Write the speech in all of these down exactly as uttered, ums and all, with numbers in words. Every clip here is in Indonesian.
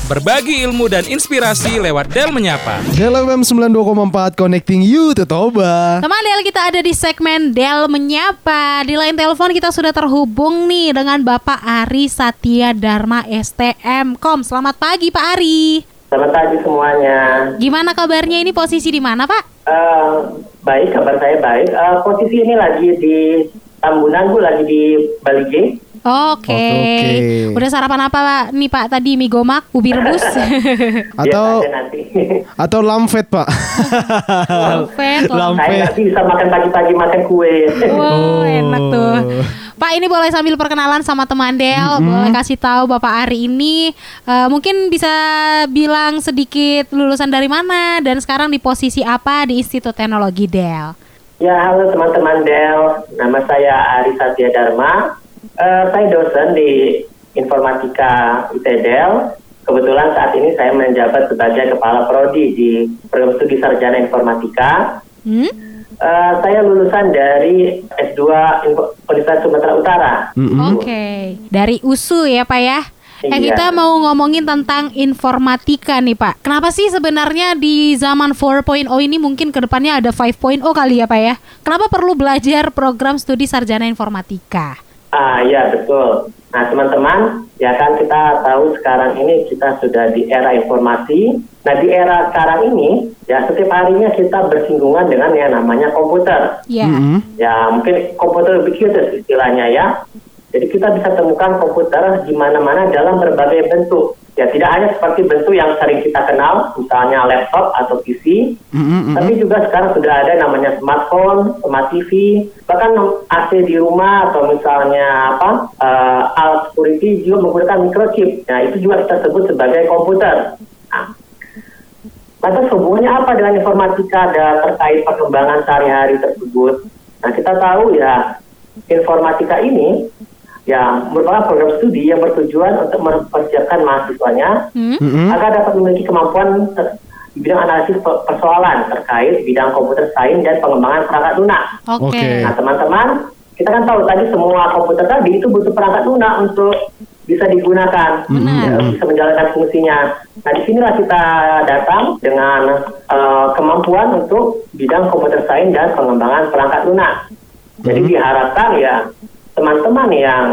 berbagi ilmu dan inspirasi lewat Del Menyapa. Del F M sembilan puluh dua koma empat Connecting You to Toba. Teman Del, kita ada di segmen Del Menyapa. Di line telepon kita sudah terhubung nih dengan Bapak Ari Satya Dharma S T M Kom. Selamat pagi Pak Ari. Selamat pagi semuanya. Gimana kabarnya, ini posisi di mana Pak? Uh, baik, kabar saya baik. Uh, posisi ini lagi di Tambunan, Bu, lagi di Bali G. Oke. Okay. Okay. Udah sarapan apa Pak? Nih Pak, tadi mie gomak, ubi rebus. atau atau lamfet Pak. Lamfet. Lamfet. Saya nggak bisa makan pagi-pagi makan kue. Wow, enak tuh. Pak, ini boleh sambil perkenalan sama teman Del, mm-hmm. boleh kasih tahu Bapak Ari ini uh, mungkin bisa bilang sedikit lulusan dari mana dan sekarang di posisi apa di Institut Teknologi Del. Ya, halo teman-teman Del. Nama saya Ari Satya Dharma. Uh, saya dosen di Informatika I T Del. Kebetulan saat ini saya menjabat sebagai Kepala Prodi di Program Studi Sarjana Informatika. Hmm? Uh, saya lulusan dari S dua Universitas Sumatera Utara. Mm-hmm. Oke, okay. Dari U S U ya Pak ya? Eh, iya. Kita mau ngomongin tentang informatika nih Pak. Kenapa sih sebenarnya di zaman empat titik nol ini mungkin kedepannya ada lima titik nol kali ya Pak ya? Kenapa perlu belajar program studi sarjana informatika? Ah ya, betul. Nah teman-teman, ya kan kita tahu sekarang ini kita sudah di era informasi. Nah di era sekarang ini, ya setiap harinya kita bersinggungan dengan yang namanya komputer. Yeah. Mm-hmm. Ya mungkin komputer ubiquitous istilahnya ya. Jadi kita bisa temukan komputer di mana-mana dalam berbagai bentuk. Ya tidak hanya seperti bentuk yang sering kita kenal, misalnya laptop atau P C, mm-hmm. tapi juga sekarang sudah ada namanya smartphone, smart T V, bahkan A C di rumah atau misalnya apa uh, alat security juga menggunakan microchip. Nah itu juga kita sebut sebagai komputer. Nah, lantas hubungannya apa dengan informatika ada terkait perkembangan sehari-hari tersebut? Nah kita tahu ya informatika ini ya merupakan program studi yang bertujuan untuk mempersiapkan mahasiswanya hmm? agar dapat memiliki kemampuan ter- di bidang analisis persoalan terkait bidang komputer sains dan pengembangan perangkat lunak. Oke. Okay. Nah teman-teman, kita kan tahu tadi semua komputer tadi itu butuh perangkat lunak untuk bisa digunakan, ya, bisa menjalankan fungsinya. Nah disinilah kita datang dengan uh, kemampuan untuk bidang komputer sains dan pengembangan perangkat lunak. Jadi hmm. diharapkan ya teman-teman yang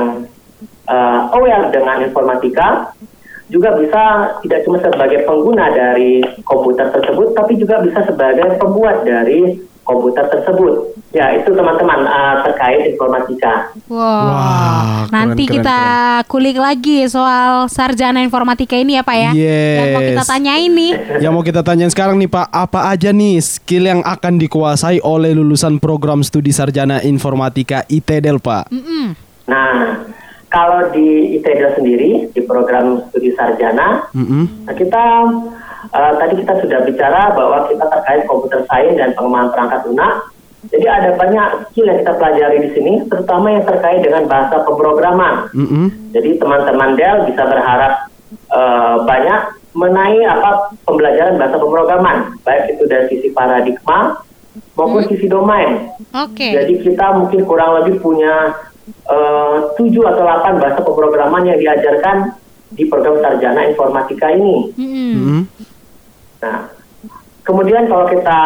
uh, aware dengan informatika juga bisa tidak cuma sebagai pengguna dari komputer tersebut, tapi juga bisa sebagai pembuat dari komputer tersebut. Ya, itu teman-teman uh, terkait informatika. Wow. Wah, nanti keren, kita keren. kulik lagi soal sarjana informatika ini ya Pak ya. Yes. Yang mau kita tanyain nih. Yang mau kita tanyain sekarang nih Pak, apa aja nih skill yang akan dikuasai oleh lulusan program studi sarjana informatika I T Del Pak? Mm-mm. Nah, kalau di I T Del sendiri di program studi sarjana, mm-hmm. nah kita uh, tadi kita sudah bicara bahwa kita terkait komputer sains dan pengembangan perangkat lunak. Jadi ada banyak skill yang kita pelajari di sini, terutama yang terkait dengan bahasa pemrograman. Mm-hmm. Jadi teman-teman Del bisa berharap uh, banyak mengenai apa pembelajaran bahasa pemrograman, baik itu dari sisi paradigma maupun mm. sisi domain. Oke. Okay. Jadi kita mungkin kurang lebih punya uh, tujuh atau delapan bahasa pemrograman yang diajarkan di program sarjana informatika ini. Mm-hmm. Nah. Kemudian kalau kita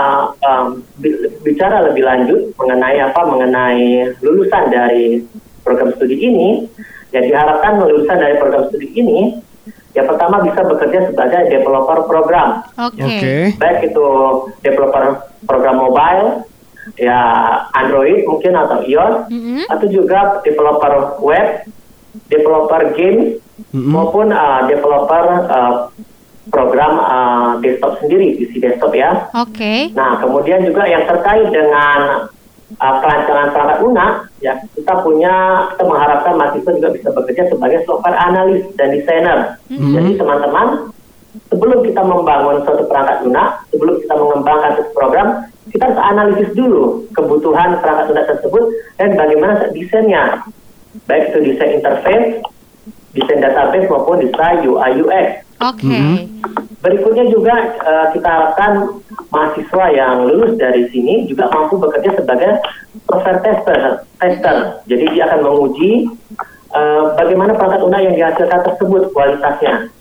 um, bicara lebih lanjut mengenai apa mengenai lulusan dari program studi ini, ya diharapkan lulusan dari program studi ini, ya pertama bisa bekerja sebagai developer program. Oke. Okay. Okay. Baik itu developer program mobile, ya Android mungkin atau iOS, mm-hmm. atau juga developer web, developer game, mm-hmm. maupun uh, developer uh, program uh, desktop sendiri, P C desktop ya. Oke. Okay. Nah, kemudian juga yang terkait dengan uh, perancangan perangkat lunak, ya kita punya, kita mengharapkan mahasiswa juga bisa bekerja sebagai software analis dan desainer. Mm-hmm. Jadi teman-teman, sebelum kita membangun suatu perangkat lunak, sebelum kita mengembangkan suatu program, kita harus analisis dulu kebutuhan perangkat lunak tersebut dan bagaimana desainnya. Baik itu desain interface, desain database maupun desain U I U X. Oke. Okay. Mm-hmm. Berikutnya juga uh, kita harapkan mahasiswa yang lulus dari sini juga mampu bekerja sebagai software tester. tester. Jadi dia akan menguji uh, bagaimana perangkat lunak yang dihasilkan tersebut kualitasnya.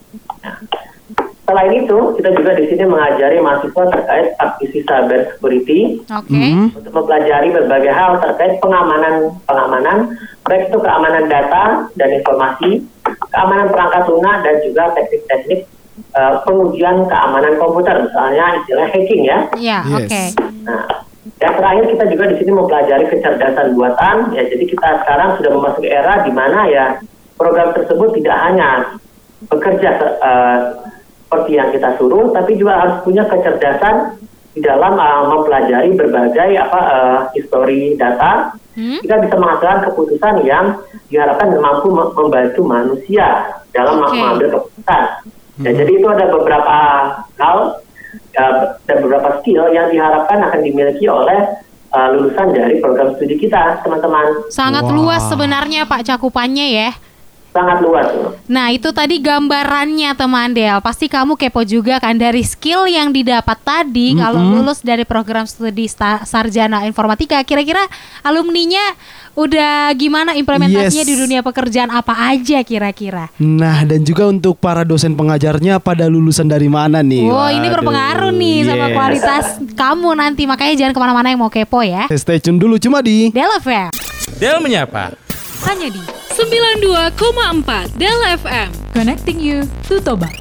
Nah, selain itu, kita juga di sini mengajari mahasiswa terkait praktisi cyber security Oke. Mm-hmm. untuk mempelajari berbagai hal terkait pengamanan pengamanan, baik itu keamanan data dan informasi, keamanan perangkat lunak dan juga teknik-teknik uh, pengujian keamanan komputer, misalnya istilah hacking ya. Iya, Yes. oke. Nah, dan terakhir kita juga di sini mempelajari kecerdasan buatan. Ya, jadi kita sekarang sudah memasuki era di mana ya program tersebut tidak hanya bekerja uh, seperti yang kita suruh, tapi juga harus punya kecerdasan di dalam uh, mempelajari berbagai apa uh, histori data. Hmm? Kita bisa menghasilkan keputusan yang diharapkan mampu membantu manusia dalam okay. mengambil keputusan. Hmm. Ya, jadi itu ada beberapa hal uh, dan beberapa skill yang diharapkan akan dimiliki oleh uh, lulusan dari program studi kita, teman-teman. Sangat Wow. luas sebenarnya Pak cakupannya ya. Sangat luas. Nah itu tadi gambarannya teman Del. Pasti kamu kepo juga kan dari skill yang didapat tadi mm-hmm. kalau lulus dari program studi sta- sarjana informatika. Kira-kira alumninya udah gimana implementasinya Yes. di dunia pekerjaan apa aja kira-kira? Nah, dan juga untuk para dosen pengajarnya pada lulusan dari mana nih? Oh ini Waduh, berpengaruh nih sama yes. kualitas kamu nanti. Makanya jangan kemana-mana yang mau kepo ya. Stay tune dulu cuma di Del F M. Del Menyapa. Hanya di sembilan puluh dua koma empat Del F M. Connecting you to Toba.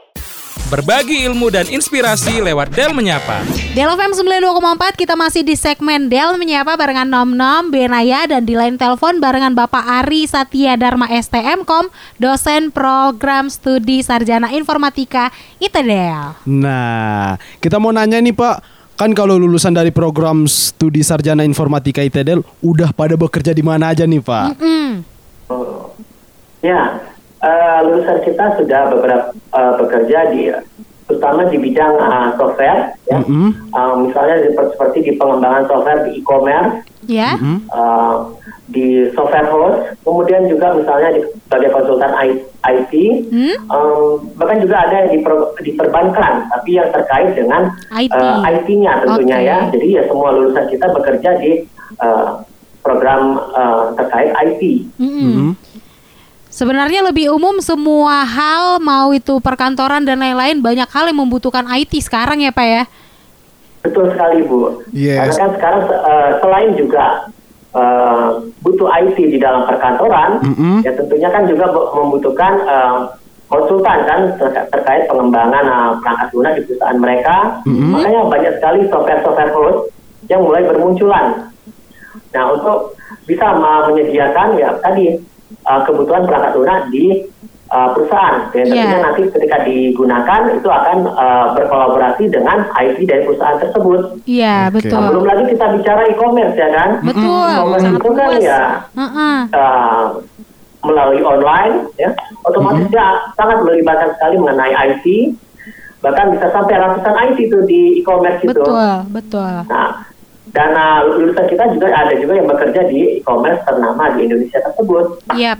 Berbagi ilmu dan inspirasi lewat Del Menyapa. Del F M sembilan puluh dua koma empat kita masih di segmen Del Menyapa barengan Nom Nom, Benaya, dan di line telepon barengan Bapak Ari Satya Dharma S T M Kom, dosen program studi sarjana informatika I T D L. Nah, kita mau nanya nih Pak. Kan kalau lulusan dari program studi sarjana informatika I T D L udah pada bekerja di mana aja nih Pak? Mm-mm. Oh. Ya, uh, lulusan kita sudah beberapa uh, bekerja di, terutama di bidang uh, software, ya. Mm-hmm. Uh, misalnya di, seperti di pengembangan software di e-commerce, Ya. Mm-hmm. uh, di software host, kemudian juga misalnya di, sebagai konsultan I T, Hmm? um, bahkan juga ada yang di, per, di perbankan, tapi yang terkait dengan I T. uh, I T-nya tentunya Okay. ya. Jadi ya semua lulusan kita bekerja di uh, program uh, terkait I T. Mm-mm. Mm-hmm. Sebenarnya lebih umum semua hal, mau itu perkantoran dan lain-lain, banyak hal yang membutuhkan I T sekarang ya Pak ya? Betul sekali Bu. Yes. Karena kan sekarang uh, selain juga uh, butuh I T di dalam perkantoran, Mm-mm. ya tentunya kan juga membutuhkan uh, konsultan kan terka- terkait pengembangan uh, perangkat lunak di perusahaan mereka. Mm-mm. Makanya banyak sekali software-software host yang mulai bermunculan. Nah untuk bisa uh, menyediakan ya tadi uh, kebutuhan perangkat lunak di uh, perusahaan. Dan tentunya Yeah. nanti ketika digunakan itu akan uh, berkolaborasi dengan I T dari perusahaan tersebut. Iya, Oke. betul. Nah, belum lagi kita bicara e-commerce ya kan. Betul, E-commerce sangat itu kan luas. ya Heeh. uh, melalui online ya, otomatis dia sangat melibatkan sekali mengenai I T. Bahkan bisa sampai ratusan I T itu di e-commerce itu. Betul, betul. Nah, dan uh, lulusan kita juga ada juga yang bekerja di e-commerce ternama di Indonesia tersebut. Yap.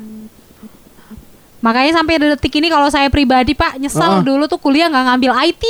Makanya sampai detik ini kalau saya pribadi Pak nyesal Ah. dulu tuh kuliah nggak ngambil I T.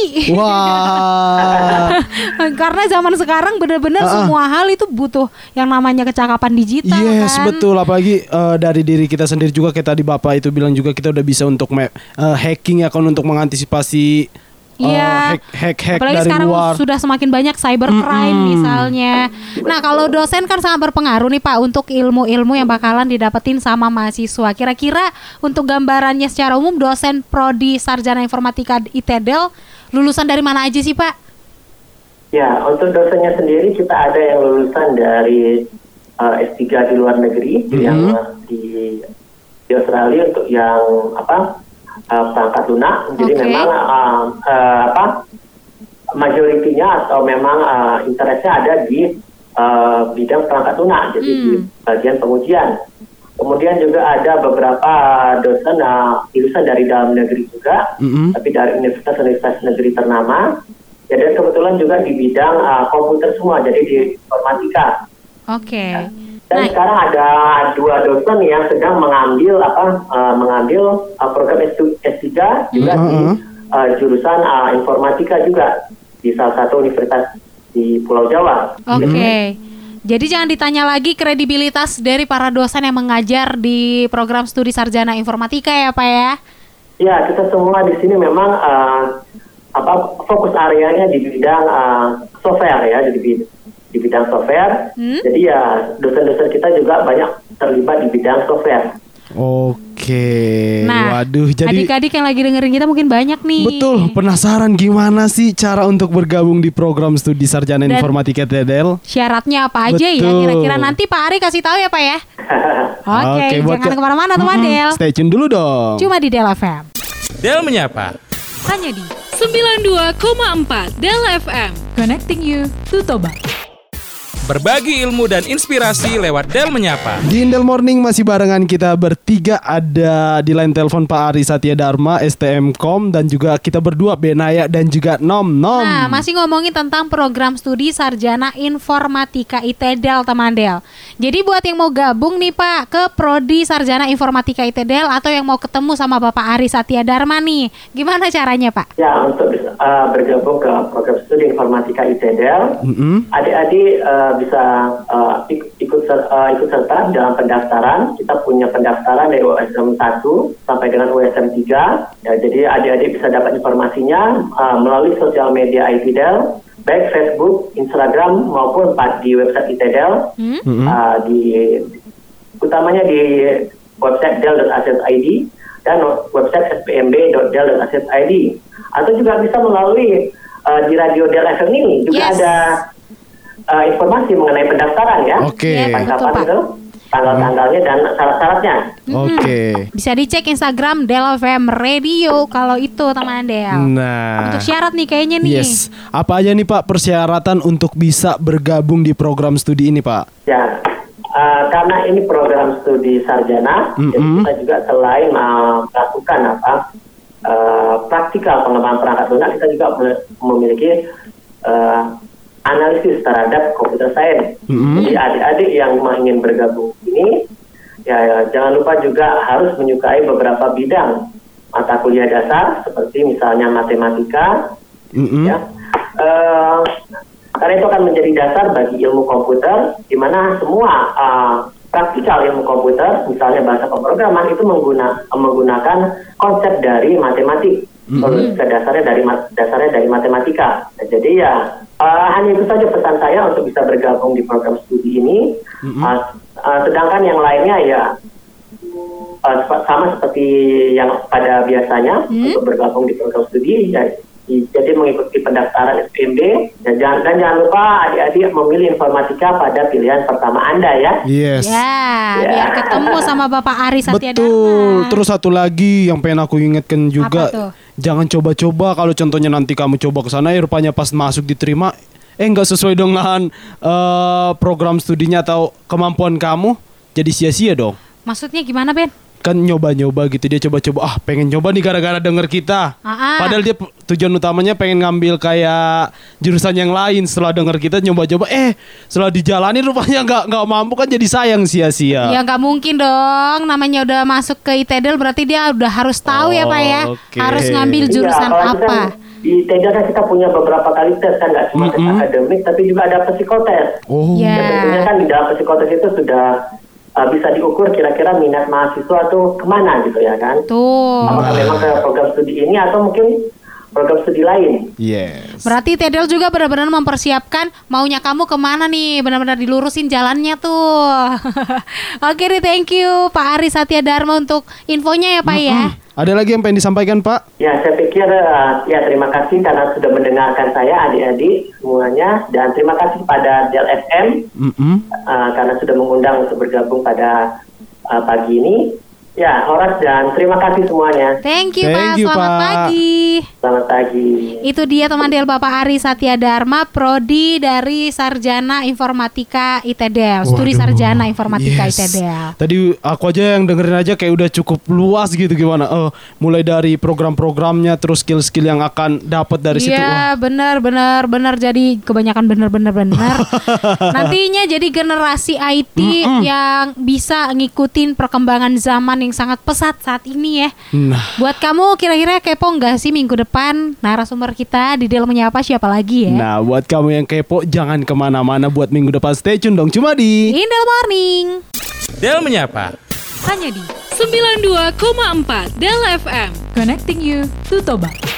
Wah. Karena zaman sekarang benar-benar Ah, ah. semua hal itu butuh yang namanya kecakapan digital Yes, kan. betul. Apalagi eh, dari diri kita sendiri juga kayak tadi Bapak itu bilang juga kita udah bisa untuk ma- eh, hacking ya kan untuk mengantisipasi eh, Iya. hack hack hack Apalagi dari sekarang luar. sudah semakin banyak cybercrime Mm-mm. misalnya. Nah kalau dosen kan sangat berpengaruh nih Pak untuk ilmu-ilmu yang bakalan didapetin sama mahasiswa. Kira-kira untuk gambarannya secara umum dosen prodi sarjana informatika I T D L lulusan dari mana aja sih Pak? Ya, untuk dosennya sendiri kita ada yang lulusan dari uh, S tiga di luar negeri, Mhm. yang uh, di, di Australia untuk yang apa uh, perangkat lunak. Jadi Oke. memang uh, uh, apa majoritinya atau memang uh, interestnya ada di uh, bidang perangkat lunak, jadi di Hmm. bagian pengujian. Kemudian juga ada beberapa dosen uh, lulusan dari dalam negeri juga, Mm-mm. tapi dari universitas-universitas negeri ternama. Ya, dan kebetulan juga di bidang uh, komputer semua, jadi di informatika. Oke. Dan Nah, sekarang ada dua dosen yang sedang mengambil apa uh, mengambil uh, program S tiga juga di Mhm. uh, jurusan uh, informatika juga di salah satu universitas di Pulau Jawa. Oke. Jadi jangan ditanya lagi kredibilitas dari para dosen yang mengajar di program studi sarjana informatika ya Pak ya. Ya, kita semua di sini memang uh, apa fokus areanya di bidang uh, software ya, di, di bidang software. Hmm? Jadi ya dosen-dosen kita juga banyak terlibat di bidang software. Oke, nah, waduh, jadi adik-adik yang lagi dengerin kita mungkin banyak nih. Betul, penasaran gimana sih cara untuk bergabung di program studi Sarjana Dan Informatika I T D L? Syaratnya apa aja Betul. ya kira-kira, nanti Pak Ari kasih tahu ya Pak ya. Oke, Oke, buat jangan ke- kemana-mana teman Mm-mm, Del. Stay tune dulu dong. Cuma di Del F M. Del menyapa. Hanya di sembilan puluh dua koma empat Del F M. Connecting you to Toba. Berbagi ilmu dan inspirasi lewat Del menyapa. Di Indel Morning masih barengan kita bertiga, ada di line telepon Pak Ari Satya Dharma S T M Kom, dan juga kita berdua Benaya dan juga Nom Nom. Nah, masih ngomongin tentang program studi Sarjana Informatika I T D L teman Del. Jadi buat yang mau gabung nih Pak ke Prodi Sarjana Informatika I T D L atau yang mau ketemu sama Bapak Ari Satya Dharma nih, gimana caranya Pak? Ya, untuk uh, bergabung ke program studi Informatika I T D L, Mm-mm. adik-adik uh, bisa uh, ik- ikut ser- uh, ikut serta dalam pendaftaran. Kita punya pendaftaran dari U S M satu sampai dengan U S M tiga. Ya, jadi adik-adik bisa dapat informasinya uh, melalui sosial media I T D L, baik Facebook, Instagram maupun di website I T D L. Hmm? Uh, di utamanya di website del dot a c s dot i d dan website s p m b dot del dot a c s dot i d, atau juga bisa melalui uh, di radio Del F M ini juga Yes. ada uh, informasi mengenai pendaftaran ya. Oke. Iya, Pak. Kapan Betul, itu, tanggal-tanggalnya dan syarat-syaratnya. Oke. Bisa dicek Instagram Del F M Radio kalau itu teman Del. Nah, Untuk syarat nih kayaknya nih. yes. Apa aja nih Pak persyaratan untuk bisa bergabung di program studi ini Pak? Ya, uh, karena ini program studi sarjana, Mm-mm. jadi kita juga selain uh, melakukan apa uh, praktikal pengembangan perangkat lunak, kita juga me- memiliki uh, analisis terhadap computer science. Mm-mm. Jadi adik-adik yang ingin bergabung ini, ya, ya jangan lupa juga harus menyukai beberapa bidang mata kuliah dasar seperti misalnya matematika, Mm-mm. ya. Uh, karena itu akan menjadi dasar bagi ilmu komputer, di mana semua uh, praktikal ilmu komputer, misalnya bahasa pemrograman itu mengguna, menggunakan konsep dari matematik, mm-hmm. dasarnya dari dasarnya dari matematika. Nah, jadi ya uh, hanya itu saja pesan saya untuk bisa bergabung di program studi ini. Mm-hmm. Uh, uh, sedangkan yang lainnya ya uh, sama seperti yang pada biasanya, mm-hmm. untuk bergabung di program studi ya. Jadi mengikuti pendaftaran S P M B dan jangan, dan jangan lupa adik-adik memilih informatika pada pilihan pertama Anda ya. Yes. Ya, Ya. biar ketemu sama Bapak Ari Satya Dharma. Betul. Terus satu lagi yang pengen aku ingatkan juga, Apa tuh? jangan coba-coba kalau contohnya nanti kamu coba ke sana, eh, rupanya pas masuk diterima, eh nggak sesuai dengan uh, program studinya atau kemampuan kamu, jadi sia-sia dong. Maksudnya gimana Ben? Kan nyoba-nyoba gitu, dia coba-coba, ah pengen nyoba nih gara-gara denger kita. Ah-ah. Padahal dia p- tujuan utamanya pengen ngambil kayak jurusan yang lain. Setelah denger kita nyoba-coba, eh setelah dijalani rupanya nggak nggak mampu, kan jadi sayang sia-sia. Ya nggak mungkin dong, namanya udah masuk ke I T D L berarti dia udah harus tahu ya Pak ya. Oke. Harus ngambil jurusan Iya, apalagi apa. kan di I T D L kan kita punya beberapa kali tes kan, nggak cuma tes Mm-mm. akademik tapi juga ada psikotes. Oh. Ya. Dan tentunya kan di dalam psikotes itu sudah uh, bisa diukur kira-kira minat mahasiswa tuh kemana gitu ya kan. Tuh. Apakah memang ke program studi ini atau mungkin program studi lain. Yes. Berarti I T D L juga benar-benar mempersiapkan maunya kamu kemana nih, benar-benar dilurusin jalannya tuh. Oke deh, thank you Pak Ari Satya Dharma untuk infonya ya Pak ya. Ada lagi yang pengen disampaikan Pak? Ya, saya pikir uh, ya terima kasih karena sudah mendengarkan saya adik-adik semuanya, dan terima kasih pada Del F M Mm-mm. uh, karena sudah mengundang untuk bergabung pada uh, pagi ini. Ya, Horas dan terima kasih semuanya. Thank you Thank Pak, you, selamat Pak. pagi. Selamat pagi. Itu dia teman Del Bapak Ari Satya Dharma, Prodi dari Sarjana Informatika I T D L, Studi Waduh, Sarjana Informatika yes. I T D L. Tadi aku aja yang dengerin aja kayak udah cukup luas gitu gimana. Oh, mulai dari program-programnya, terus skill-skill yang akan dapat dari situ. Iya, Wah, benar benar benar jadi kebanyakan benar benar benar. Nantinya jadi generasi I T yang bisa ngikutin perkembangan zaman yang sangat pesat saat ini ya. Nah, Buat kamu kira-kira kepo nggak sih minggu depan narasumber kita di Del Menyapa siapa lagi ya? nah buat kamu yang kepo jangan kemana-mana, buat minggu depan stay tune dong, cuma di In Del Morning. Del menyapa. Hanya di sembilan puluh dua koma empat Del F M. Connecting you to Toba.